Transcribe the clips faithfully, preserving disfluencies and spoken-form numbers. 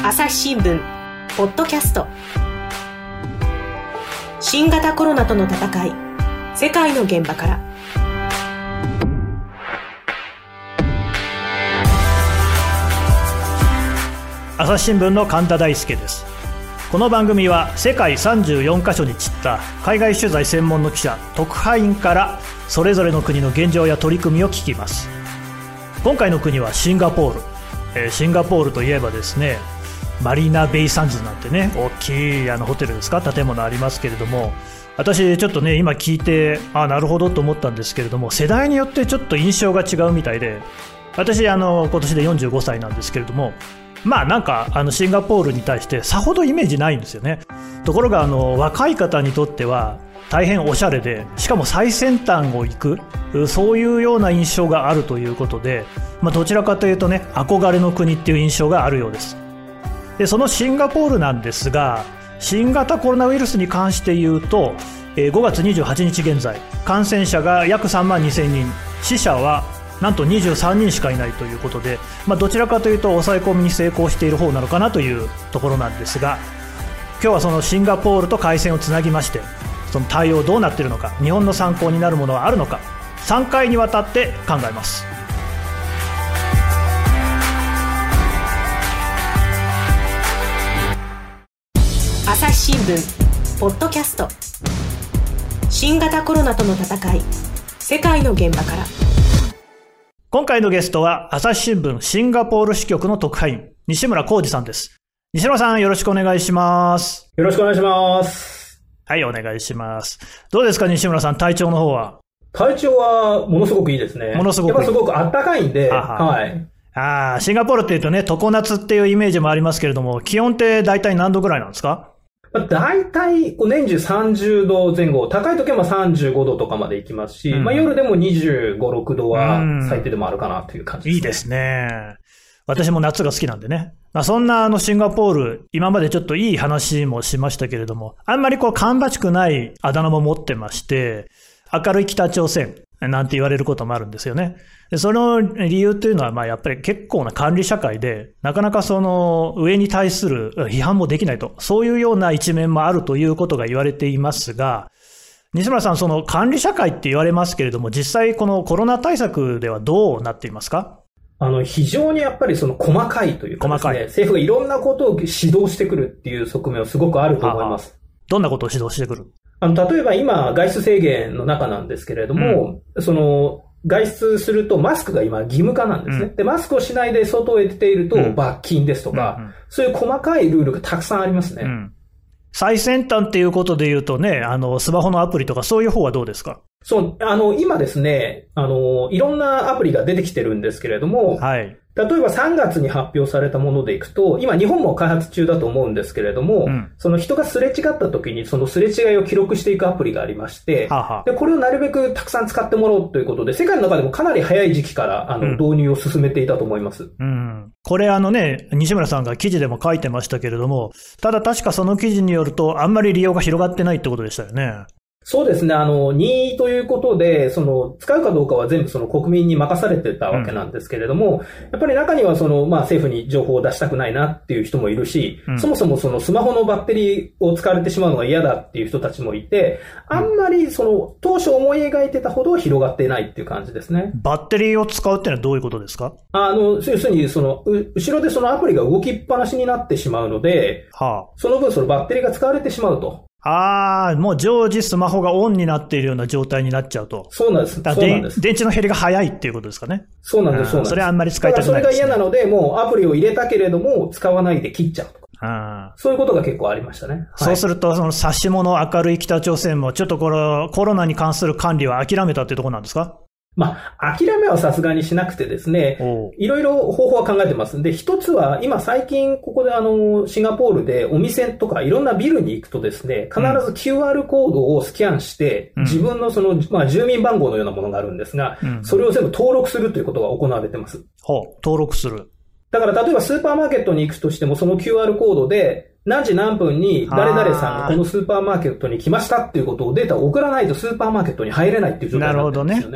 朝日新聞ポッドキャスト、新型コロナとの戦い、世界の現場から。 朝日新聞の神田大輔です。この番組は世界さんじゅうよんカ所に散った海外取材専門の記者、特派員からそれぞれの国の現状や取り組みを聞きます。今回の国はシンガポール、えー、シンガポールといえばですね、マリーナベイサンズなんてね、大きいあのホテルですか、建物ありますけれども、私ちょっとね今聞いて、あ、なるほどと思ったんですけれども、世代によってちょっと印象が違うみたいで、私あの今年でよんじゅうごさいなんですけれども、まあなんかあのシンガポールに対してさほどイメージないんですよね。ところがあの若い方にとっては大変おしゃれで、しかも最先端を行く、そういうような印象があるということで、まあ、どちらかというとね、憧れの国っていう印象があるようです。でそのシンガポールなんですが、新型コロナウイルスに関して言うと、ごがつにじゅうはちにち現在、感染者が約さんまんにせんにん、死者はなんとにじゅうさんにんしかいないということで、まあ、どちらかというと抑え込みに成功している方なのかなというところなんですが、今日はそのシンガポールと回線をつなぎまして、その対応どうなっているのか、日本の参考になるものはあるのか、さんかいにわたって考えます。 朝日新聞ポッドキャスト、新型コロナとの戦い、世界の現場から。 今回のゲストは朝日新聞シンガポール支局の特派員、西村浩二さんです。西村さん、よろしくお願いします。 よろしくお願いします。 はい、お願いします。どうですか、西村さん、体調の方は。 体調はものすごくいいですね。 ものすごくいい。 やっぱすごく暖かいんで、ははい。ああ、シンガポールっていうとね、常夏っていうイメージもありますけれども、気温って大体何度ぐらいなんですか？ だいたい年中さんじゅうどぜん後、高い時はさんじゅうごどとかまで行きますし、うん、まあ、夜でもにじゅうご、ろくどは最低でもあるかなという感じですね。 いいですね。私も夏が好きなんでね。まあ、そんなあのシンガポール、今までちょっといい話もしましたけれども、あんまりこう芳しくないあだ名も持ってまして、明るい北朝鮮なんて言われることもあるんですよね。でその理由というのは、まあやっぱり結構な管理社会で、なかなかその上に対する批判もできないと、そういうような一面もあるということが言われていますが、西村さん、その管理社会って言われますけれども、実際このコロナ対策ではどうなっていますか？ あの、非常にやっぱりその細かいというかですね、政府がいろんなことを指導してくるっていう側面はすごくあると思います。 どんなことを指導してくる？ あの、例えば今、外出制限の中なんですけれども、うん、その、外出するとマスクが今義務化なんですね。うん、で、マスクをしないで外へ出ていると罰金ですとか、うんうん、そういう細かいルールがたくさんありますね。うん、 最先端っていうことで言うとね、あの、スマホのアプリとかそういう方はどうですか？ そう、あの、今ですね、あの、いろんなアプリが出てきてるんですけれども、 はい。 例えばさんがつに発表されたものでいくと、今日本も開発中だと思うんですけれども、うん、その人がすれ違った時にそのすれ違いを記録していくアプリがありまして、ははでこれをなるべくたくさん使ってもらおうということで、世界の中でもかなり早い時期からあの、うん、導入を進めていたと思います。 うん。これあのね、西村さんが記事でも書いてましたけれども、ただ確かその記事によるとあんまり利用が広がってないってことでしたよね。 そうですね。あの、任意ということで、その、使うかどうかは全部その国民に任されてたわけなんですけれども、うん、やっぱり中にはその、まあ政府に情報を出したくないなっていう人もいるし、うん、そもそもそのスマホのバッテリーを使われてしまうのが嫌だっていう人たちもいて、あんまりその、当初思い描いてたほど広がっていないっていう感じですね。 バッテリーを使うってのはどういうことですか？ あの、要するにその、後ろでそのアプリが動きっぱなしになってしまうので、はあ、その分そのバッテリーが使われてしまうと。 ああ、もう常時スマホがオンになっているような状態になっちゃうと。 そうなんです。そうなんです。 電池の減りが早いっていうことですかね。 そうなんです、そうなんです。 それはあんまり使いたくないですね。 だからそれが嫌なので、もうアプリを入れたけれども、使わないで切っちゃうとか。あそういうことが結構ありましたね。はい、 そうすると、その指し物明るい北朝鮮も、ちょっとこのコロナに関する管理は諦めたっていうところなんですか？ まあ、諦めはさすがにしなくてですね、いろいろ方法は考えてますんで、一つは今最近ここであの、シンガポールでお店とかいろんなビルに行くとですね、必ず キューアール コードをスキャンして、自分のその、まあ、住民番号のようなものがあるんですが、それを全部登録するということが行われてます。 ほう、登録する。 だから例えばスーパーマーケットに行くとしても、その キューアール コードで、何時何分に誰々さんがこのスーパーマーケットに来ましたっていうことをデータを送らないとスーパーマーケットに入れないっていう状態になってるんですよね。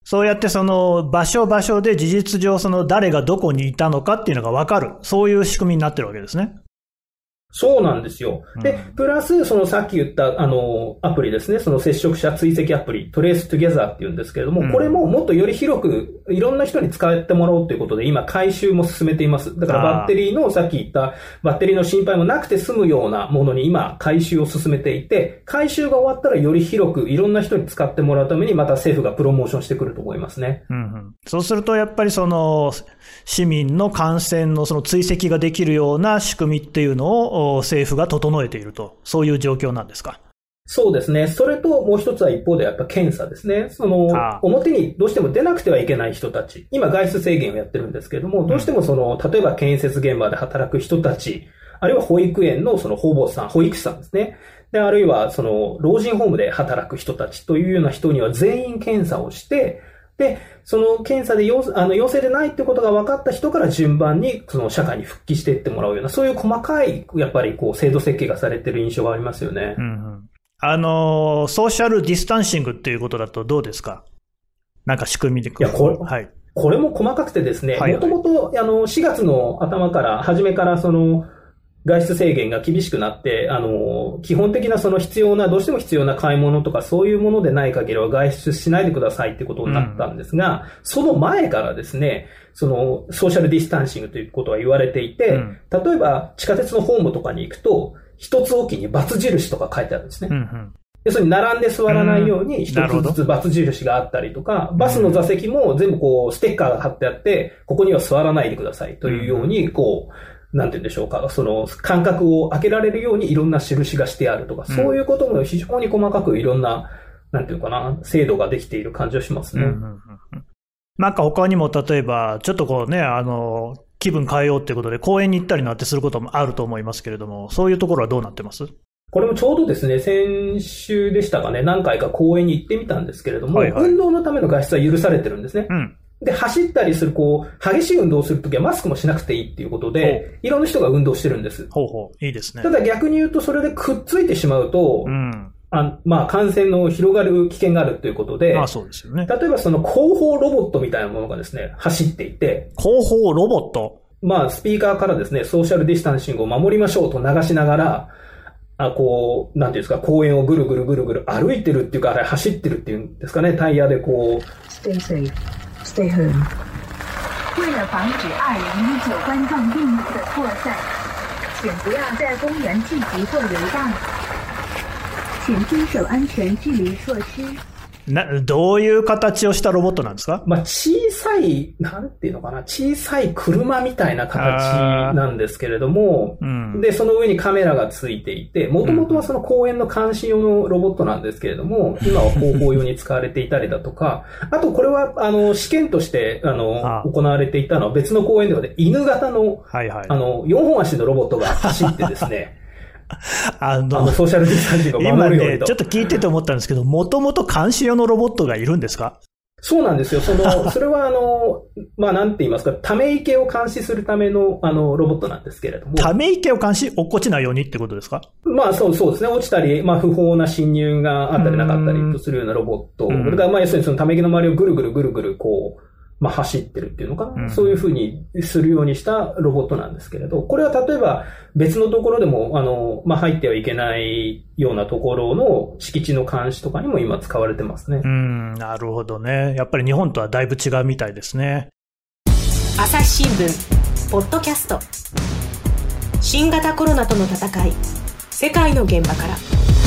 そうやってその場所場所で事実上その誰がどこにいたのかっていうのが分かる。そういう仕組みになってるわけですね。 そうなんですよ。で、プラス、そのさっき言った、あの、アプリですね。その接触者追跡アプリ、トレーストゥギャザーって言うんですけれども、うん、これももっとより広く、いろんな人に使ってもらおうということで、今、回収も進めています。だからバッテリーの、さっき言ったバッテリーの心配もなくて済むようなものに今、回収を進めていて、回収が終わったらより広く、いろんな人に使ってもらうために、また政府がプロモーションしてくると思いますね。 うんうん、そうすると、やっぱりその、市民の感染のその追跡ができるような仕組みっていうのを政府が整えていると、そういう状況なんですか？ そうですね。それともう一つは一方でやっぱ検査ですね。その、表にどうしても出なくてはいけない人たち。今外出制限をやってるんですけれども、どうしてもその、例えば建設現場で働く人たち、あるいは保育園のその保母さん、保育士さんですね。で、あるいはその、老人ホームで働く人たちというような人には全員検査をして、で、その検査で陽、あの、陽性でないってことが分かった人から順番に、その社会に復帰していってもらうような、そういう細かい、やっぱりこう、制度設計がされている印象がありますよね。 うんうん、あの、ソーシャルディスタンシングっていうことだとどうですか？なんか仕組みで。いや、これ、はい。これも細かくてですね、もともと、あの、しがつの頭から、初めからその、外出制限が厳しくなって、あの、基本的なその必要な、どうしても必要な買い物とかそういうものでない限りは外出しないでくださいってことになったんですが、うん、その前からですね、そのソーシャルディスタンシングということは言われていて、うん、例えば地下鉄のホームとかに行くと、一つおきに×印とか書いてあるんですね。うんうん、要するに並んで座らないように一つずつ×印があったりとか、バスの座席も全部こうステッカーが貼ってあって、ここには座らないでくださいというように、こう、なんて言うんでしょうか、その間隔を空けられるようにいろんな印がしてあるとか、うん、そういうことも非常に細かくいろんな、なんていうかな、制度ができている感じがしますね。うんうんうん、 なんか他にも例えば、ちょっとこうね、あの、気分変えようっていうことで公園に行ったりなんてすることもあると思いますけれども、そういうところはどうなってます？ これもちょうどですね、先週でしたかね、何回か公園に行ってみたんですけれども、はいはい、運動のための外出は許されてるんですね。うんで、走ったりする、こう、激しい運動をするときはマスクもしなくていいっていうことで、いろんな人が運動してるんです。 ほうほう、いいですね。 ただ逆に言うと、それでくっついてしまうと、うん、あまあ、感染の広がる危険があるということで、 ああそうですよね。 例えばその後方ロボットみたいなものがですね、走っていて、 後方ロボットまあ、スピーカーからですね、ソーシャルディスタンシングを守りましょうと流しながら、あ、こう、なんていうんですか、公園をぐるぐるぐるぐる歩いてるっていうか、あれ走ってるっていうんですかね、タイヤでこう。Stay safe. Stay home. 为了防止二零一九冠状病毒的扩散，请不要在公园聚集或游荡。请遵守安全距離措施。 な、どういう形をしたロボットなんですか？ まあ、小さい、なんていうのかな、小さい車みたいな形なんですけれども、うん、で、その上にカメラがついていて、もともとはその公園の監視用のロボットなんですけれども、今は広報用に使われていたりだとか、あとこれは、あの、試験として、あの、あ行われていたのは別の公園ではね、犬型の、はいはい、あの、よんほん足のロボットが走ってですね、 あの、あのソーシャルディスタンシングを守るようにと。 今ね、ちょっと聞いてて思ったんですけど、もともと監視用のロボットがいるんですか？ そうなんですよ。その、それはあの、まあ、なんて言いますか、ため池を監視するための、あの、ロボットなんですけれども。 ため池を監視、落っこちないようにってことですか？ まあ、そう、そうですね。落ちたり、まあ、不法な侵入があったりなかったりとするようなロボット。それから、まあ、要するにそのため池の周りをぐるぐるぐるぐる、こう、まあ、走ってるっていうのかな、うん、そういうふうにするようにしたロボットなんですけれど、これは例えば別のところでも、あの、まあ、入ってはいけないようなところの敷地の監視とかにも今使われてますね。 うん、なるほどね。やっぱり日本とはだいぶ違うみたいですね。 朝日新聞ポッドキャスト、新型コロナとの戦い、世界の現場から。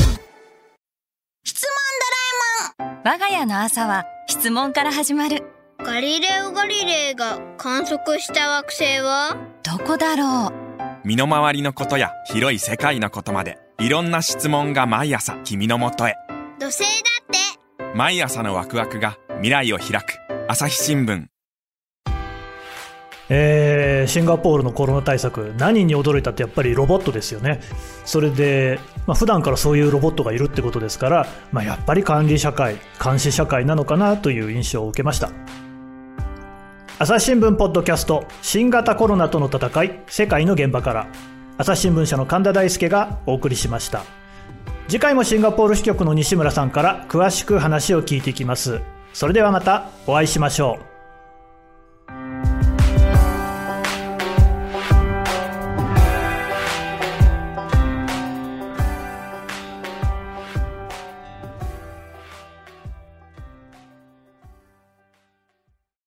質問ドラえもん。我が家の朝は質問から始まる。 ガリレオ・ガリレイが観測した惑星はどこだろう。身の回りのことや広い世界のことまで、いろんな質問が毎朝君のもとへ。 土星だって。 毎朝のワクワクが未来を開く。朝日新聞。 えー、シンガポールのコロナ対策、何に驚いたってやっぱりロボットですよね。それで、まあ、普段からそういうロボットがいるってことですから、まあ、やっぱり管理社会、監視社会なのかなという印象を受けました。朝日新聞ポッドキャスト、新型コロナとの戦い、世界の現場から、朝日新聞社の神田大輔がお送りしました。次回もシンガポール支局の西村さんから詳しく話を聞いていきます。 それではまたお会いしましょう。